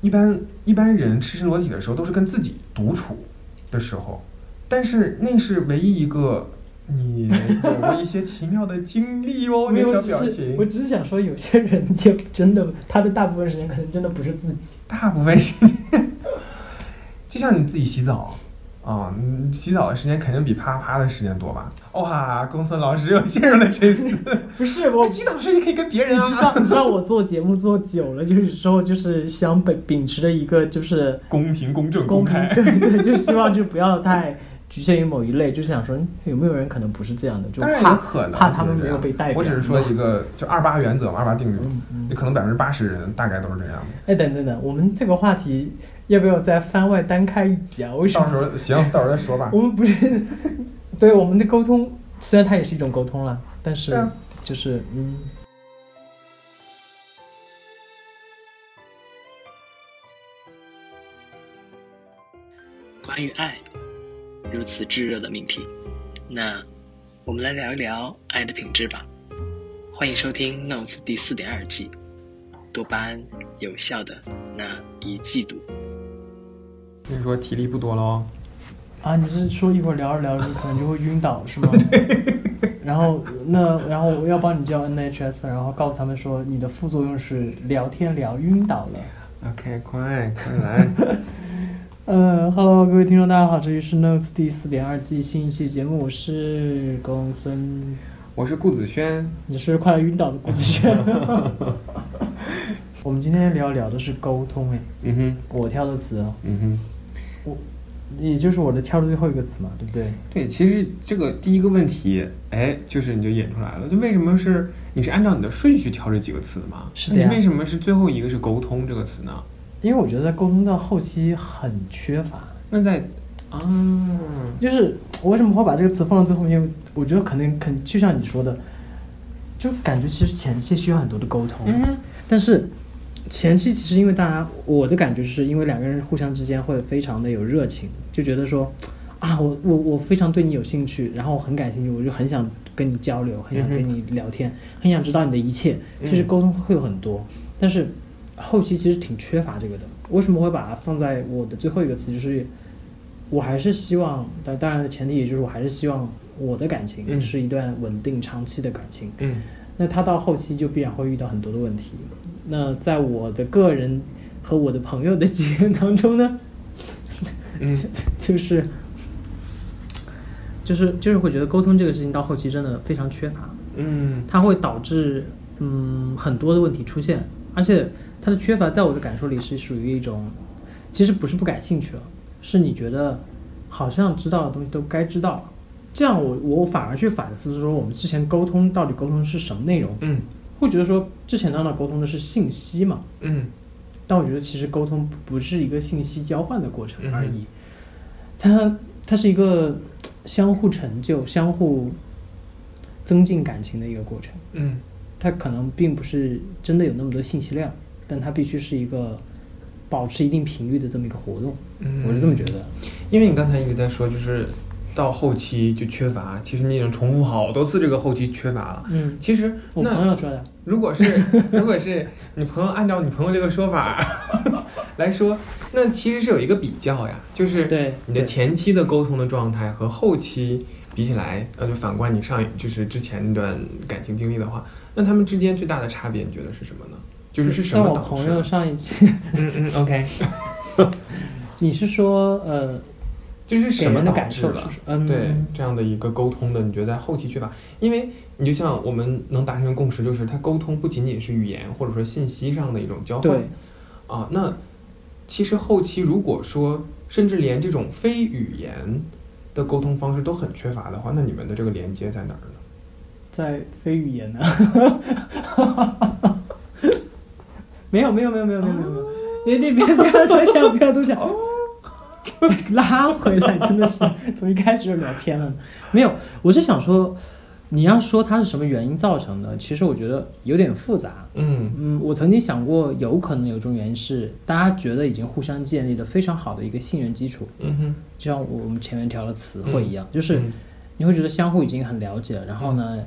一般人赤身裸体的时候都是跟自己独处的时候，但是那是唯一一个你有过一些奇妙的经历哦。那小表情， 我只是想说，有些人就真的，他的大部分时间可能真的不是自己， 大部分时间，就像你自己洗澡啊，洗澡的时间肯定比啪啪的时间多吧？哇，公孙老师又陷入了沉思。 不是我洗澡的时候也可以跟别人啊。 你知道我做节目做久了，就是时候就是想秉持着一个就是公平、公正、公开， 对，就希望就不要太局限于某一类，就是想说有没有人可能不是这样的，就怕他们没有被代表。 我只是说一个就28原则嘛，28定律，就可能80%人大概都是这样的。 哎，等，我们这个话题要不要再番外单开一集啊？为什么？ 到时候行，到时候再说吧。 我们不是对我们的沟通，虽然它也是一种沟通了，但是就是关于爱，如此炙热的命题，那我们来聊一聊爱的品质吧。欢迎收听 Notes 第4.2季，多巴胺有效的那一季度。 跟你说体力不多了哦。 啊，你是说一会儿聊着聊着你可能就会晕倒是吗？ 对。然后我要帮你叫 NHS， 然后告诉他们说你的副作用是聊天聊晕倒了。 OK， 快来。 Hello， 各位听众，大家好，这里是 Notes 第4.2季新一期节目，我是公孙， 我是顾子轩， 你是快要晕倒的顾子轩。我们今天聊的是沟通，我挑的词，也就是我的挑的最后一个词嘛，对不对？ 对，其实这个第一个问题，就是你就引出来了，就为什么是你是按照你的顺序挑这几个词的吗？ 是的呀。 你为什么是最后一个是沟通这个词呢？ 因为我觉得在沟通到后期很缺乏。 那就是我为什么会把这个词放到最后面？我觉得可能就像你说的，就感觉其实前期需要很多的沟通，但是前期其实因为我的感觉是因为两个人互相之间会非常的有热情，就觉得说啊，我非常对你有兴趣，然后我很感兴趣，我就很想跟你交流，很想跟你聊天，很想知道你的一切。其实沟通会有很多，但是后期其实挺缺乏这个的。为什么会把它放在我的最后一个词？就是我还是希望，当然的前提也就是我还是希望我的感情是一段稳定长期的感情。那他到后期就必然会遇到很多的问题。那在我的个人和我的朋友的经验当中呢，就是会觉得沟通这个事情到后期真的非常缺乏。它会导致很多的问题出现，而且它的缺乏在我的感受里是属于一种，其实不是不感兴趣了，是你觉得好像知道的东西都该知道了。这样我反而去反思说我们之前沟通到底沟通是什么内容。会觉得说之前沟通的是信息嘛，但我觉得其实沟通不是一个信息交换的过程而已，它是一个相互成就、相互增进感情的一个过程。它可能并不是真的有那么多信息量，但它必须是一个保持一定频率的这么一个活动。我是这么觉得。 因为你刚才一直在说，就是到后期就缺乏，其实你已经重复好多次这个后期缺乏了。其实我朋友说的， 如果是你朋友按照你朋友这个说法来说，那其实是有一个比较呀，就是你的前期的沟通的状态和后期比起来，就反观你就是之前那段感情经历的话，那他们之间最大的差别你觉得是什么呢？就是什么导致？ 在我朋友上一期 OK 你是说就是什么导致了对这样的一个沟通的，你觉得在后期缺乏？因为你就像我们能达成共识，就是它沟通不仅仅是语言或者说信息上的一种交换那其实后期如果说甚至连这种非语言的沟通方式都很缺乏的话，那你们的这个连接在哪儿呢？ 在非语言呢？没有，你别多想拉回来，真的是从一开始就聊偏了。没有，我是想说，你要说它是什么原因造成的，其实我觉得有点复杂。我曾经想过，有可能有种原因是大家觉得已经互相建立了非常好的一个信任基础。就像我们前面调的词汇一样，就是你会觉得相互已经很了解了，然后呢，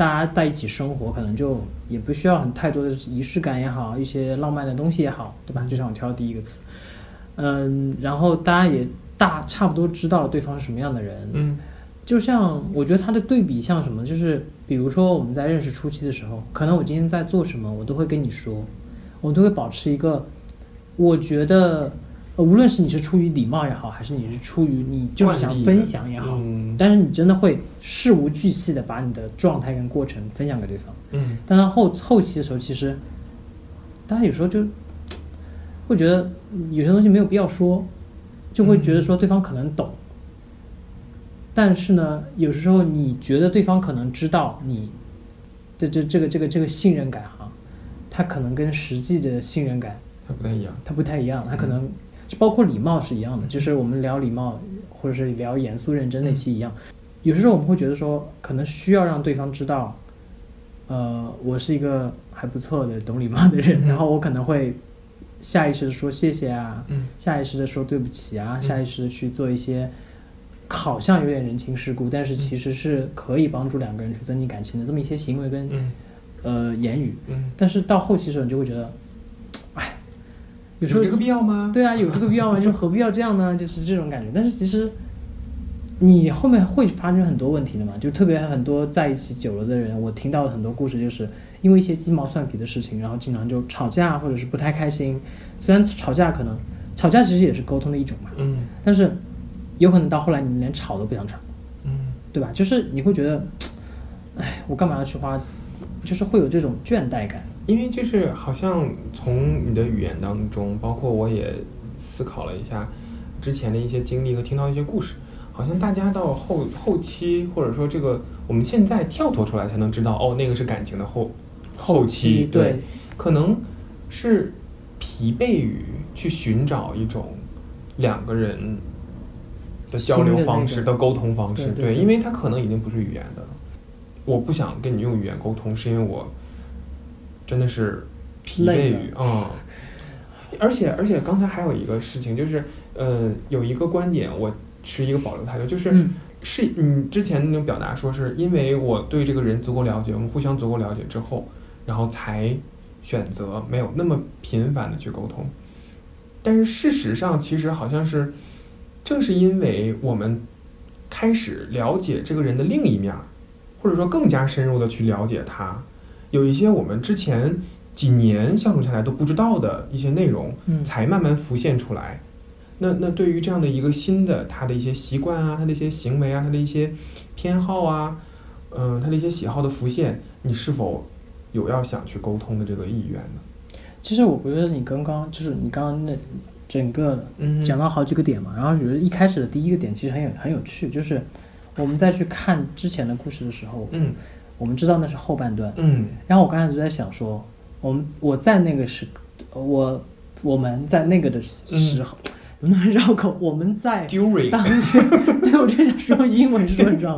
大家在一起生活，可能就也不需要很太多的仪式感也好，一些浪漫的东西也好，对吧？就像我挑的第一个词，然后大家也差不多知道了对方是什么样的人，就像我觉得他的对比像什么，就是比如说我们在认识初期的时候，可能我今天在做什么，我都会跟你说，我都会保持一个，我觉得。无论是你是出于礼貌也好，还是你是出于你就是想分享也好，但是你真的会事无巨细的把你的状态跟过程分享给对方。但到后期的时候，其实大家有时候就会觉得有些东西没有必要说，就会觉得说对方可能懂，但是呢，有时候你觉得对方可能知道你的这个信任感哈，他可能跟实际的信任感它不太一样， 他可能。就包括礼貌是一样的，就是我们聊礼貌或者是聊严肃认真那期一样，有时候我们会觉得说可能需要让对方知道我是一个还不错的懂礼貌的人，然后我可能会下意识的说谢谢啊，下意识的说对不起啊，下意识的去做一些好像有点人情世故，但是其实是可以帮助两个人去增进感情的这么一些行为跟言语，但是到后期的时候你就会觉得有时候有这个必要吗？ 对啊，有这个必要吗？就是何必要这样呢？就是这种感觉。但是其实你后面会发生很多问题的嘛，就特别很多在一起久了的人，我听到很多故事，就是因为一些鸡毛蒜皮的事情，然后经常就吵架或者是不太开心。虽然吵架其实也是沟通的一种嘛，但是有可能到后来你们连吵都不想吵，对吧？就是你会觉得，我干嘛要去花，就是会有这种倦怠感。 因为就是好像从你的语言当中，包括我也思考了一下之前的一些经历和听到一些故事，好像大家到后期，或者说这个我们现在跳脱出来才能知道，那个是感情的后期，对，可能是疲惫于去寻找一种两个人的交流方式的沟通方式，对，因为它可能已经不是语言的了。我不想跟你用语言沟通，是因为我真的是疲惫于而且刚才还有一个事情，就是有一个观点我持一个保留态度，就是你之前那种表达说是因为我对这个人足够了解，我们互相足够了解之后，然后才选择没有那么频繁的去沟通。但是事实上其实好像是正是因为我们开始了解这个人的另一面，或者说更加深入的去了解他，有一些我们之前几年相处下来都不知道的一些内容，才慢慢浮现出来。那对于这样的一个新的他的一些习惯啊，他的一些行为啊，他的一些偏好啊，他的一些喜好的浮现，你是否有要想去沟通的这个意愿呢？ 其实我觉得你刚刚那整个讲到好几个点嘛，然后觉得一开始的第一个点其实很有趣，就是我们再去看之前的故事的时候，我们知道那是后半段，然后我刚才就在想说，我在那个我们在那个的时候，怎么那么绕口？我们在 during 当时，对，我就想说英文是很绕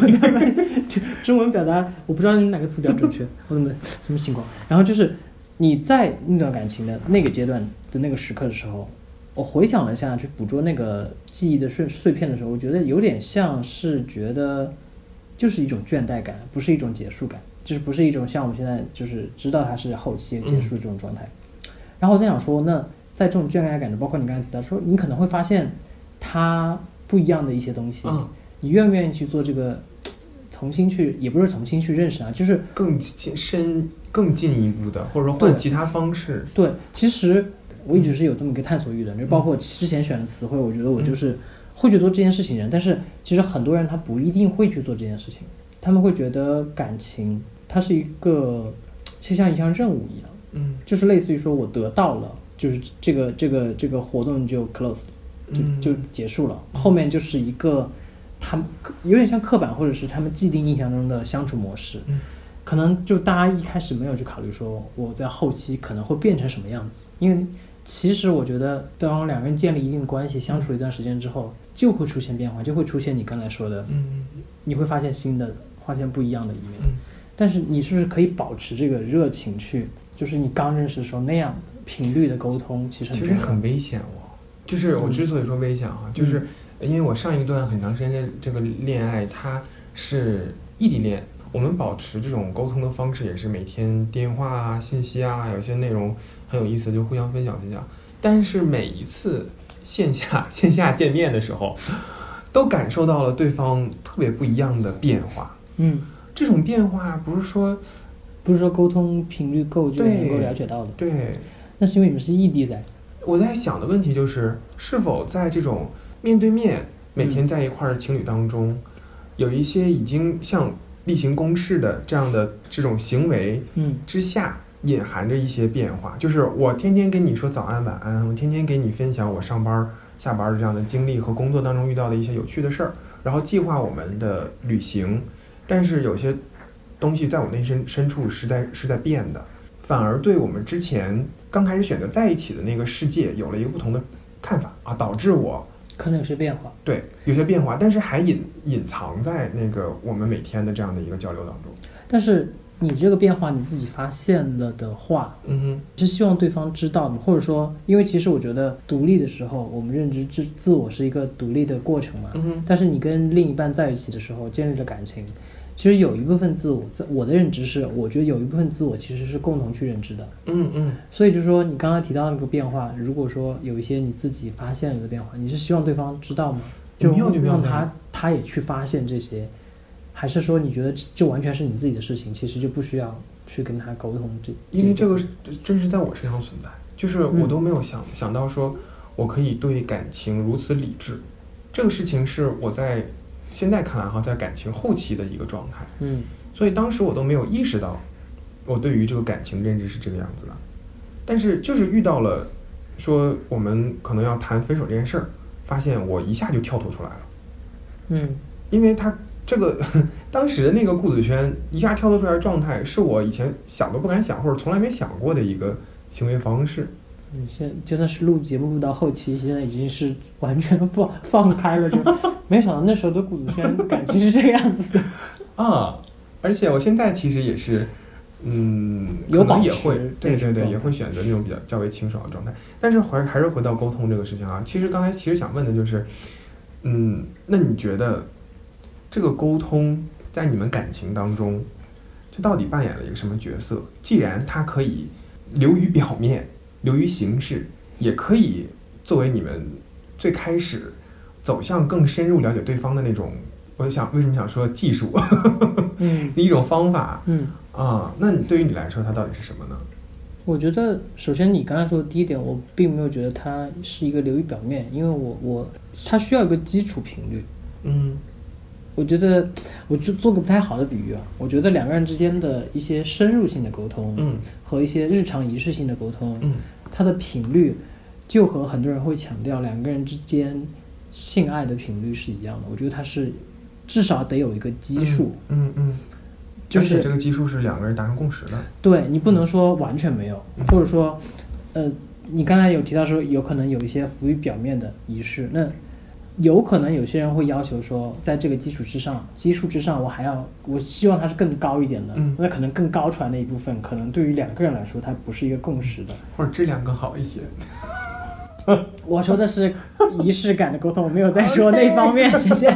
during 中文表达我不知道哪个词比较准确，我什么情况？然后就是你在那段感情的那个阶段的那个时刻的时候，我回想了一下，去捕捉那个记忆的碎片的时候，我觉得有点像是觉得就是一种倦怠感，不是一种结束感，就是不是一种像我们现在就是知道它是后期结束的这种状态。然后我在想说，那在这种倦怠感的，包括你刚才提到说，你可能会发现它不一样的一些东西，你愿不愿意去做这个重新去，也不是重新去认识啊，就是更进一步的，或者说换其他方式。 对，其实我一直是有这么一个探索欲的，就包括之前选的词汇，我觉得我就是会去做这件事情的人，但是其实很多人他不一定会去做这件事情，他们会觉得感情它是一个就像一项任务一样，就是类似于说我得到了，就是这个活动就 close 就结束了，后面就是一个他们有点像刻板或者是他们既定印象中的相处模式，可能就大家一开始没有去考虑说我在后期可能会变成什么样子，因为其实我觉得当两个人建立一定的关系，相处了一段时间之后，就会出现变化，就会出现你刚才说的，你会发现发现不一样的一面，但是你是不是可以保持这个热情去，就是你刚认识的时候那样频率的沟通，其实很危险就是我之所以说危险就是因为我上一段很长时间的这个恋爱，它是异地恋， 我们保持这种沟通的方式也是每天电话啊、信息啊，有些内容很有意思就互相分享。但是每一次线下见面的时候，都感受到了对方特别不一样的变化。这种变化不是说沟通频率够就能够了解到的。 对， 那是因为你们是异地在。 我在想的问题就是，是否在这种面对面每天在一块儿的情侣当中，有一些已经像例行公事的这种行为之下，隐含着一些变化。就是我天天跟你说早安晚安，我天天给你分享我上班下班的这样的经历和工作当中遇到的一些有趣的事儿，然后计划我们的旅行。但是有些东西在我内心深处是在变的，反而对我们之前刚开始选择在一起的那个世界有了一个不同的看法啊，导致我可能有些变化。对， 有些变化，但是还隐藏在那个我们每天的这样的一个交流当中。 但是你这个变化你自己发现了的话，是希望对方知道的，或者说，因为其实我觉得独立的时候，我们认知自我是一个独立的过程嘛。但是你跟另一半在一起的时候，建立了感情。其实有一部分自我，我的认知是，我觉得有一部分自我其实是共同去认知的。所以就是说，你刚刚提到那个变化，如果说有一些你自己发现了的变化，你是希望对方知道吗？就让他也去发现这些，还是说你觉得就完全是你自己的事情，其实就不需要去跟他沟通因为这个真是在我身上存在，就是我都没有想到说我可以对感情如此理智。这个事情是我在现在看来哈，在感情后期的一个状态。所以当时我都没有意识到我对于这个感情认知是这个样子的。但是就是遇到了说我们可能要谈分手这件事儿，发现我一下就跳脱出来了。因为他这个当时的那个顾子轩一下跳脱出来的状态，是我以前想都不敢想或者从来没想过的一个行为方式。 现在就算是录节目录到后期，现在已经是完全放开了，就没想到那时候的顾子轩感情是这个样子的啊！而且我现在其实也是，可能也会对，也会选择那种比较为清爽的状态。但是还是回到沟通这个事情啊，其实刚才想问的就是，那你觉得这个沟通在你们感情当中，这到底扮演了一个什么角色？既然它可以流于表面，流于形式，也可以作为你们最开始走向更深入了解对方的那种，我想为什么想说技术一种方法。那你对于你来说它到底是什么呢？ 我觉得首先你刚才说的第一点，我并没有觉得它是一个流于表面，因为它需要一个基础频率。我觉得我就做个不太好的比喻啊，我觉得两个人之间的一些深入性的沟通，和一些日常仪式性的沟通，它的频率就和很多人会强调两个人之间性爱的频率是一样的。我觉得它是至少得有一个基数， 就是这个基数是两个人达成共识的。 对，你不能说完全没有，或者说，你刚才有提到说有可能有一些浮于表面的仪式，那有可能有些人会要求说，在这个基础之上，我希望它是更高一点的。那可能更高出来那一部分，可能对于两个人来说，它不是一个共识的， 或者质量更好一些。 我说的是仪式感的沟通，我没有在说那方面。谢谢。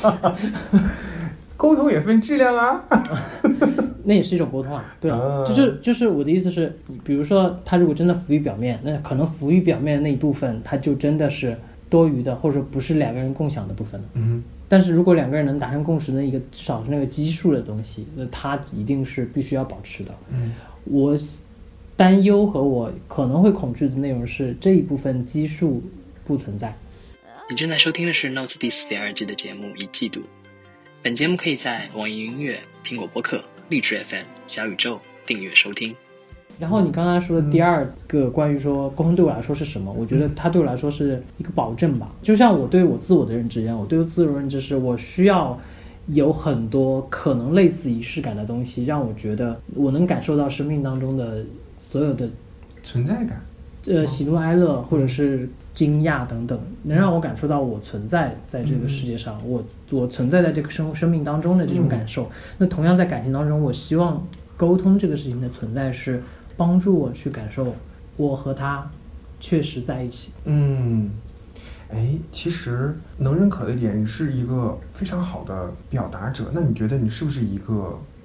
沟通也分质量啊。 那也是一种沟通啊。对了，就是我的意思是，比如说他如果真的浮于表面，那可能浮于表面的那一部分，它就真的是多余的，或者说不是两个人共享的部分。但是如果两个人能达成共识的一个至少是那个基数的东西，那它一定是必须要保持的。我担忧和我可能会恐惧的内容是这一部分基数不存在。 你正在收听的是 Notes 第4.2季的节目《一季度》，本节目可以在网易云音乐、苹果播客、荔枝 FM、小宇宙订阅收听。 然后你刚刚说的第二个关于说沟通对我来说是什么，我觉得它对我来说是一个保证吧。就像我对我自我的认知一样，我对我自我的认知是我需要有很多可能类似仪式感的东西，让我觉得我能感受到生命当中的所有的存在感， 喜怒哀乐或者是惊讶等等，能让我感受到我存在在这个世界上，我存在在这个生命当中的这种感受。那同样在感情当中，我希望沟通这个事情的存在是帮助我去感受我和他确实在一起。 其实能认可的一点，你是一个非常好的表达者。那你觉得你是不是一个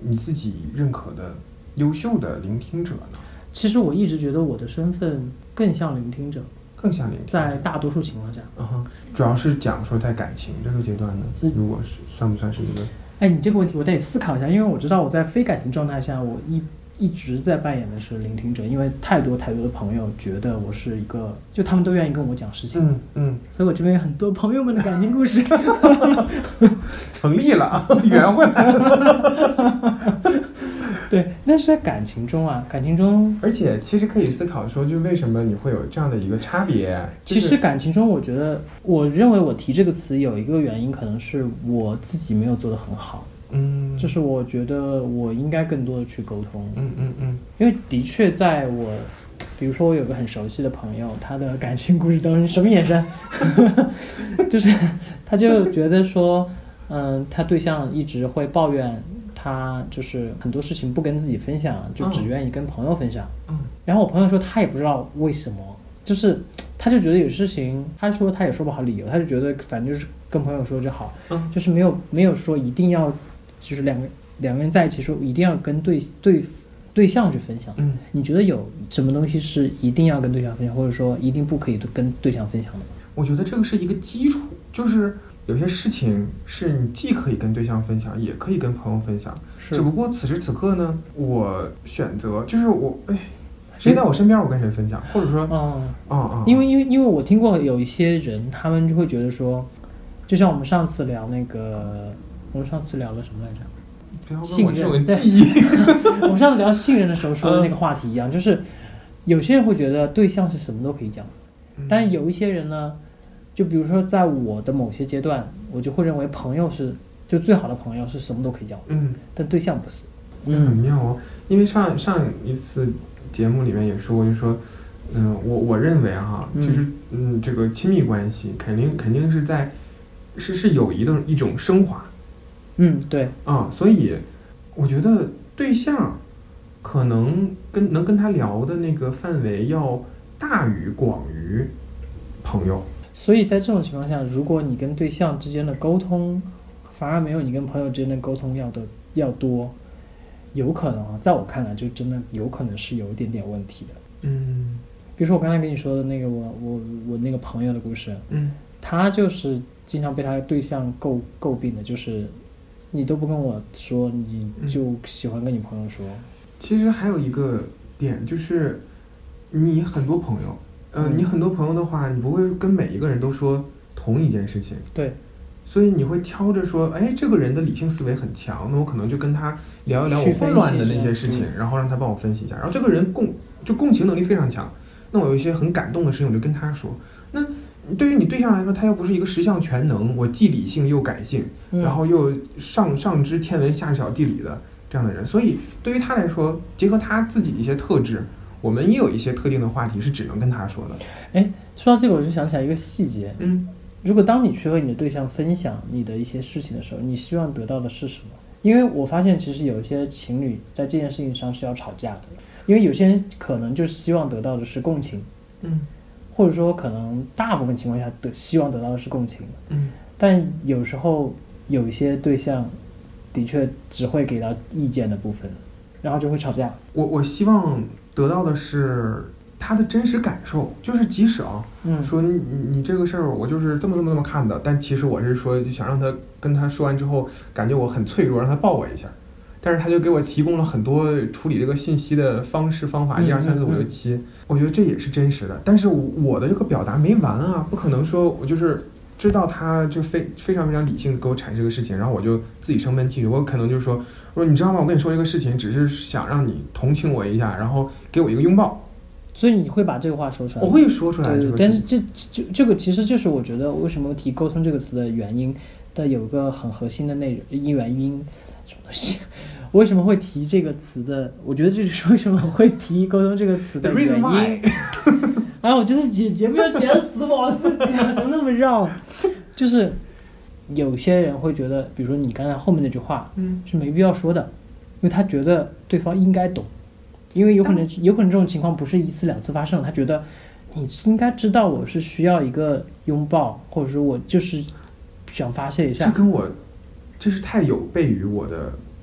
你自己认可的优秀的聆听者呢？ 其实我一直觉得我的身份更像聆听者，在大多数情况下。 主要是讲说在感情这个阶段呢，如果是算不算是一个？ 哎，你这个问题我得思考一下，因为我知道我在非感情状态下，我一直在扮演的是聆听者，因为太多的朋友觉得我是一个，就他们都愿意跟我讲事情，所以我这边有很多朋友们的感情故事， 成立了，圆回来了。 对，但是在感情中， 而且其实可以思考说，就为什么你会有这样的一个差别？ 其实感情中，我认为我提这个词有一个原因，可能是我自己没有做得很好。就是我觉得我应该更多的去沟通。因为的确在我，比如说我有个很熟悉的朋友，他的感情故事都是什么眼神？就是他就觉得说，他对象一直会抱怨。他就是很多事情不跟自己分享，就只愿意跟朋友分享。然后我朋友说他也不知道为什么，就是他就觉得有事情，他说他也说不好理由，他就觉得反正就是跟朋友说就好，就是没有说一定要，就是两个人在一起说一定要跟对象去分享。你觉得有什么东西是一定要跟对象分享，或者说一定不可以跟对象分享的吗？ 我觉得这个是一个基础，就是有些事情是你既可以跟对象分享，也可以跟朋友分享。只不过此时此刻呢，我选择就是谁在我身边，我跟谁分享，或者说， 因为我听过有一些人，他们就会觉得说，就像我们上次聊了什么来着？信任。我们上次聊信任的时候说的那个话题一样，就是有些人会觉得对象是什么都可以讲，但有一些人呢。就比如说在我的某些阶段，我就会认为朋友就最好的朋友是什么都可以讲，但对象不是。 很妙哦，因为上一次节目里面也说过，就说我认为就是这个亲密关系肯定是是友谊的一种升华。 对所以我觉得对象可能能跟他聊的那个范围要大于广于朋友。 所以在这种情况下，如果你跟对象之间的沟通反而没有你跟朋友之间的沟通要多，有可能在我看来就真的有可能是有一点点问题的。比如说我刚才跟你说的那个我那个朋友的故事，他就是经常被他对象诟病的，就是你都不跟我说，你就喜欢跟你朋友说。 其实还有一个点就是你很多朋友你很多朋友的话，你不会跟每一个人都说同一件事情。 对， 所以你会挑着说，这个人的理性思维很强，那我可能就跟他聊一聊我混乱的那些事情，然后让他帮我分析一下。然后这个人共情能力非常强，那我有一些很感动的事情，我就跟他说。那对于你对象来说，他又不是一个十项全能，我既理性又感性，然后又上知天文下晓地理的这样的人，所以对于他来说，结合他自己的一些特质。我们也有一些特定的话题是只能跟他说的。 说到这个我就想起来一个细节。如果当你去和你的对象分享你的一些事情的时候，你希望得到的是什么？因为我发现其实有一些情侣在这件事情上是要吵架的，因为有些人可能就希望得到的是共情，或者说可能大部分情况下希望得到的是共情，但有时候有一些对象的确只会给到意见的部分，然后就会吵架。 我希望得到的是他的真实感受，就是即使说你这个事儿我就是这么看的，但其实我是说就想让他跟他说完之后，感觉我很脆弱，让他抱我一下，但是他就给我提供了很多处理这个信息的方法，1、2、3、4、5、6、7，我觉得这也是真实的。但是我的这个表达没完啊，不可能说我就是知道他就非常非常理性的给我阐释这个事情，然后我就自己生闷气。我可能就说你知道吗？我跟你说这个事情，只是想让你同情我一下，然后给我一个拥抱。 所以你会把这个话说出来？ 我会说出来。 对，但是这个其实就是我觉得为什么提沟通这个词的原因的有个很核心的原因，什么东西？为什么会提这个词的？我觉得这就是为什么会提沟通这个词的原因。我觉得节目要剪死我自己了，怎么那么绕？就是有些人会觉得，比如说你刚才后面那句话，是没必要说的，因为他觉得对方应该懂，因为有可能这种情况不是1次2次发生，他觉得你应该知道我是需要一个拥抱，或者说我就是想发泄一下。 这是太有悖于我的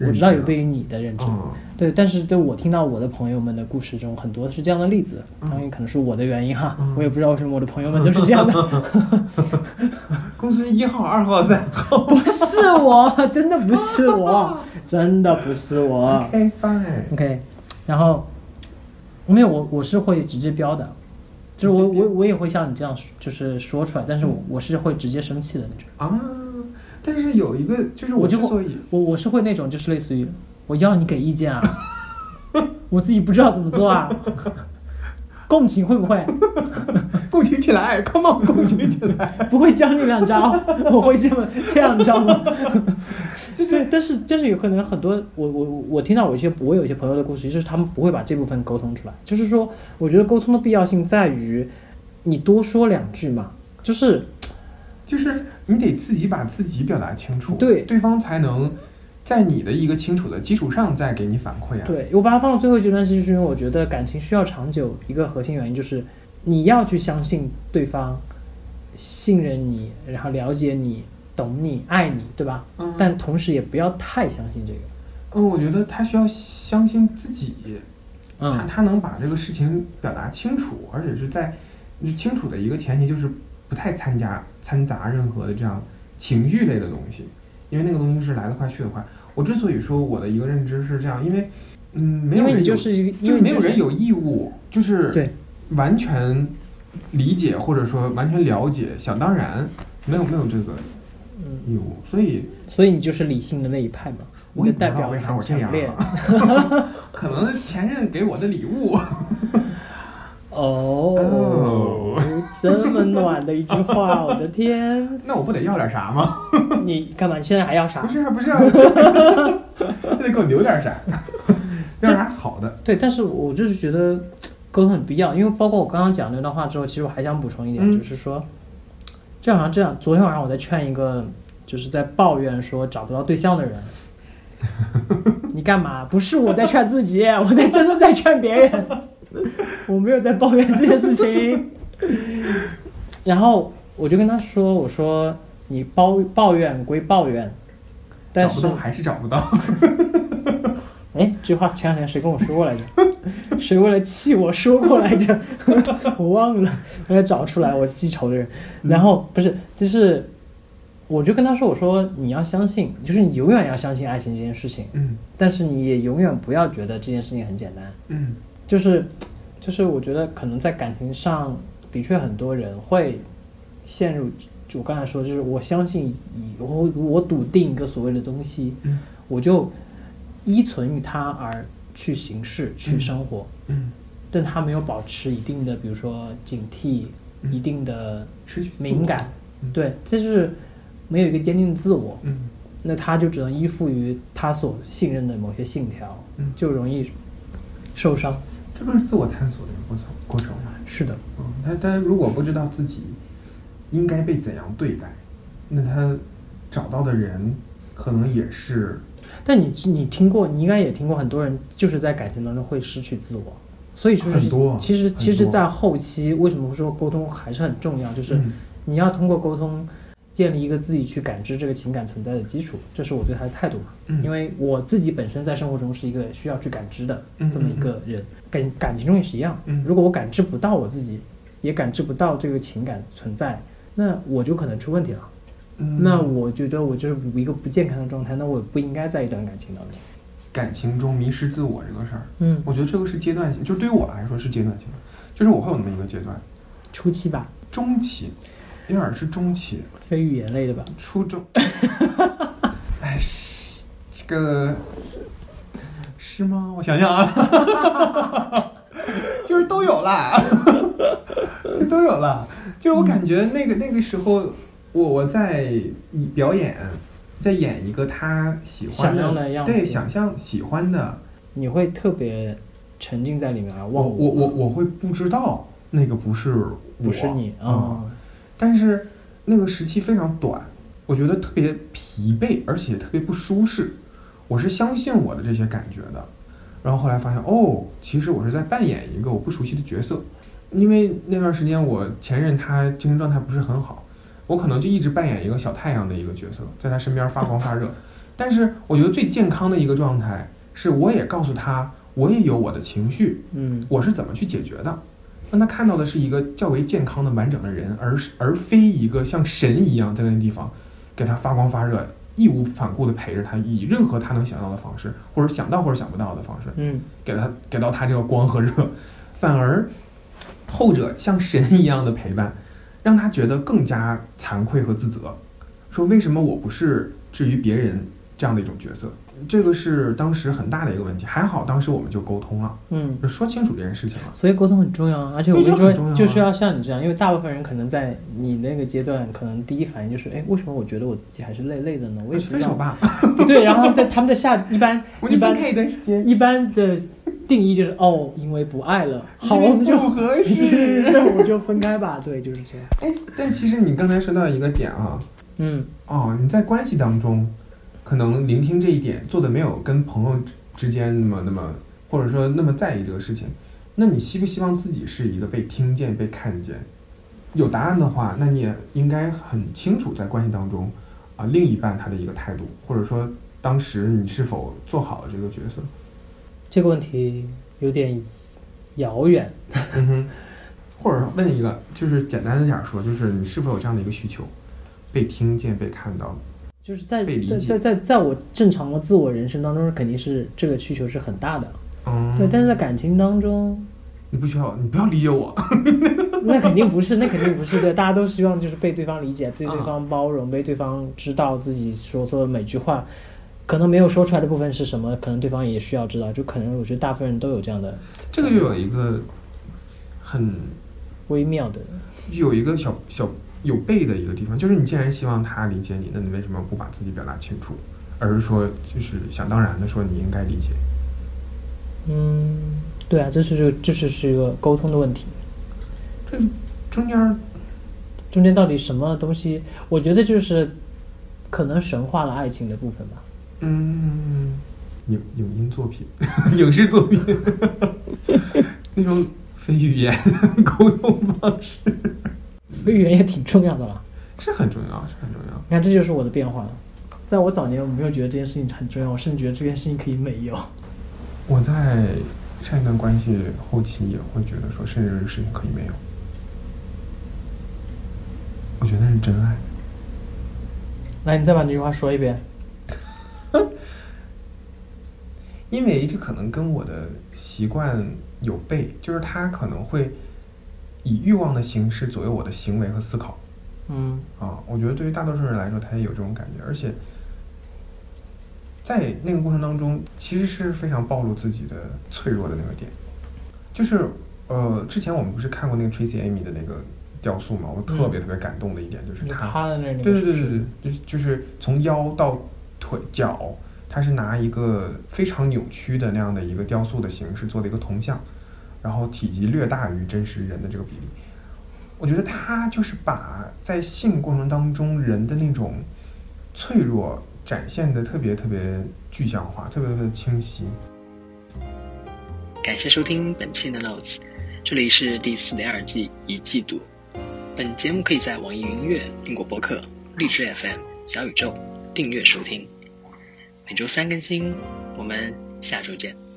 我知道有悖于你的认知，对，但是我听到我的朋友们的故事中，很多是这样的例子，当然可能是我的原因哈，我也不知道为什么我的朋友们都是这样的。 公司1号、2号、3号， 不是我，真的不是我，真的不是我。 OK fine。 然后没有我是会直接标的，就是我也会像你这样就是说出来，但是我是会直接生气的那种啊。但是有一个就是我是会那种就是类似于我要你给意见啊，我自己不知道怎么做啊，共情会不会？ 共情起来 ，come on， 共情起来。 不会教你2招，我会这样，你知道吗？但是有可能很多我听到我有一些朋友的故事，就是他们不会把这部分沟通出来，就是说我觉得沟通的必要性在于你多说2句嘛，就是你得自己把自己表达清楚， 对方才能在你的一个清楚的基础上再给你反馈啊。 对，我把它放到最后一阶段，是因为我觉得感情需要长久，一个核心原因就是你要去相信对方，信任你，然后了解你，懂你，爱你，对吧？但同时也不要太相信这个。 我觉得他需要相信自己，他能把这个事情表达清楚，而且是在清楚的一个前提就是不太掺杂任何的这样情绪类的东西，因为那个东西是来得快去得快。我之所以说我的一个认知是这样，因为没有人没有人有义务就是完全理解或者说完全了解，想当然没有这个义务，所以你就是理性的那一派嘛。 我也不知道为啥我这样可能前任给我的礼物。 这么暖的一句话，我的天！ 那我不得要点啥吗？ 你干嘛？你现在还要啥？ 不是，得给我留点啥，要啥好的。 对，但是我就是觉得沟通很必要，因为包括我刚刚讲那段话之后，其实我还想补充一点，就是说，就好像这样，昨天晚上我在劝一个就是在抱怨说找不到对象的人。你干嘛？不是我在劝自己，我真的在劝别人，我没有在抱怨这件事情。然后我就跟他说，我说你抱怨归抱怨，但是找不到还是找不到。 这句话前2天谁跟我说过来着？谁为了气我说过来着？我忘了，我要找出来，我记仇的人。然后不是，就是我就跟他说，我说你要相信，就是你永远要相信爱情这件事情，但是你也永远不要觉得这件事情很简单，就是我觉得可能在感情上的确很多人会陷入，就我刚才说，就是我相信我笃定一个所谓的东西，我就依存于它而去行事去生活，但他没有保持一定的比如说警惕，一定的敏感，对，这就是没有一个坚定的自我，那他就只能依附于他所信任的某些信条，就容易受伤。 这不是自我探索的一个过程吗？ 是的， 他如果不知道自己应该被怎样对待，那他找到的人可能也是。 但你听过，你应该也听过，很多人就是在感情当中会失去自我，所以就是很多。 其实，在后期为什么说沟通还是很重要，就是你要通过沟通建立一个自己去感知这个情感存在的基础，这是我对他的态度嘛。因为我自己本身在生活中是一个需要去感知的这么一个人，感情中也是一样。如果我感知不到我自己，也感知不到这个情感存在，那我就可能出问题了。那我觉得我就是一个不健康的状态，那我不应该在一段感情当中。 感情中迷失自我这个事儿，我觉得这个是阶段性，就对于我来说是阶段性的，就是我会有那么一个阶段， 初期吧， 中期，有点是中期， 非语言类的吧， 初中，这个是吗？我想想啊，就是都有啦，这都有了，就是我感觉那个时候。我在表演，在演一个他喜欢的样子， 对，想象喜欢的， 你会特别沉浸在里面而忘我会不知道那个不是你但是那个时期非常短，我觉得特别疲惫，而且特别不舒适。我是相信我的这些感觉的，然后后来发现其实我是在扮演一个我不熟悉的角色，因为那段时间我前任他精神状态不是很好。我可能就一直扮演一个小太阳的一个角色，在他身边发光发热， 但是我觉得最健康的一个状态是，我也告诉他，我也有我的情绪，我是怎么去解决的，让他看到的是一个较为健康的完整的人，而非一个像神一样在那个地方给他发光发热，义无反顾的陪着他，以任何他能想到的方式，或者想到或者想不到的方式，给到他这个光和热，反而后者像神一样的陪伴，让他觉得更加惭愧和自责，说为什么我不是至于别人这样的一种角色。这个是当时很大的一个问题，还好当时我们就沟通了，就说清楚这件事情了。 所以沟通很重要啊，而且我跟你说，就是要像你这样，因为大部分人可能在你那个阶段，可能第一反应就是，为什么我觉得我自己还是累的呢？我也不知道。 分手吧。 对，然后在他们的一般分开一段时间， 一般的定义就是因为不爱了，好，我们就不合适， 那我们就分开吧。对，就是这样。 但其实你刚才说到一个点啊，你在关系当中。可能聆听这一点做的没有跟朋友之间那么或者说那么在意这个事情，那你希不希望自己是一个被听见被看见？有答案的话，那你也应该很清楚在关系当中另一半他的一个态度，或者说当时你是否做好了这个角色。 这个问题有点遥远。 或者问一个就是简单的点说，就是你是否有这样的一个需求，被听见被看到， 就是在我正常的自我人生当中，肯定是这个需求是很大的。对，但是在感情当中， 你不要理解我。 那肯定不是，对，大家都希望就是被对方理解，被对方包容，被对方知道自己所说的每句话，可能没有说出来的部分是什么，可能对方也需要知道。就可能我觉得大部分人都有这样的。 这个就有一个很微妙的， 有一个小有悖的一个地方，就是你既然希望他理解你，那你为什么不把自己表达清楚，而是说就是想当然的说你应该理解？ 对啊，这是一个沟通的问题。 这中间到底什么东西？我觉得就是可能神化了爱情的部分吧。 影音作品、影视作品那种非语言沟通方式。 非语言也挺重要的了， 是很重要。 你看，这就是我的变化了。在我早年，我没有觉得这件事情很重要，我甚至觉得这件事情可以没有。 我在上一段关系后期也会觉得说，甚至这个事情可以没有。我觉得那是真爱。 来，你再把这句话说一遍。 因为这可能跟我的习惯有悖，就是他可能会以欲望的形式左右我的行为和思考。我觉得对于大多数人来说，他也有这种感觉，而且在那个过程当中，其实是非常暴露自己的脆弱的那个点。就是之前我们不是看过那个 Tracy Amy 的那个雕塑嘛？我特别感动的一点就是他的那个， 对，就是从腰到腿脚，他是拿一个非常扭曲的那样的一个雕塑的形式做的一个铜像，然后体积略大于真实人的这个比例。我觉得他就是把在性过程当中人的那种脆弱展现的特别具象化，特别清晰。 感谢收听本期的 Notes， 这里是第4.2季一季度。本节目可以在网易云音乐、苹果播客、荔枝 FM、小宇宙订阅收听，每周3更新。我们下周见。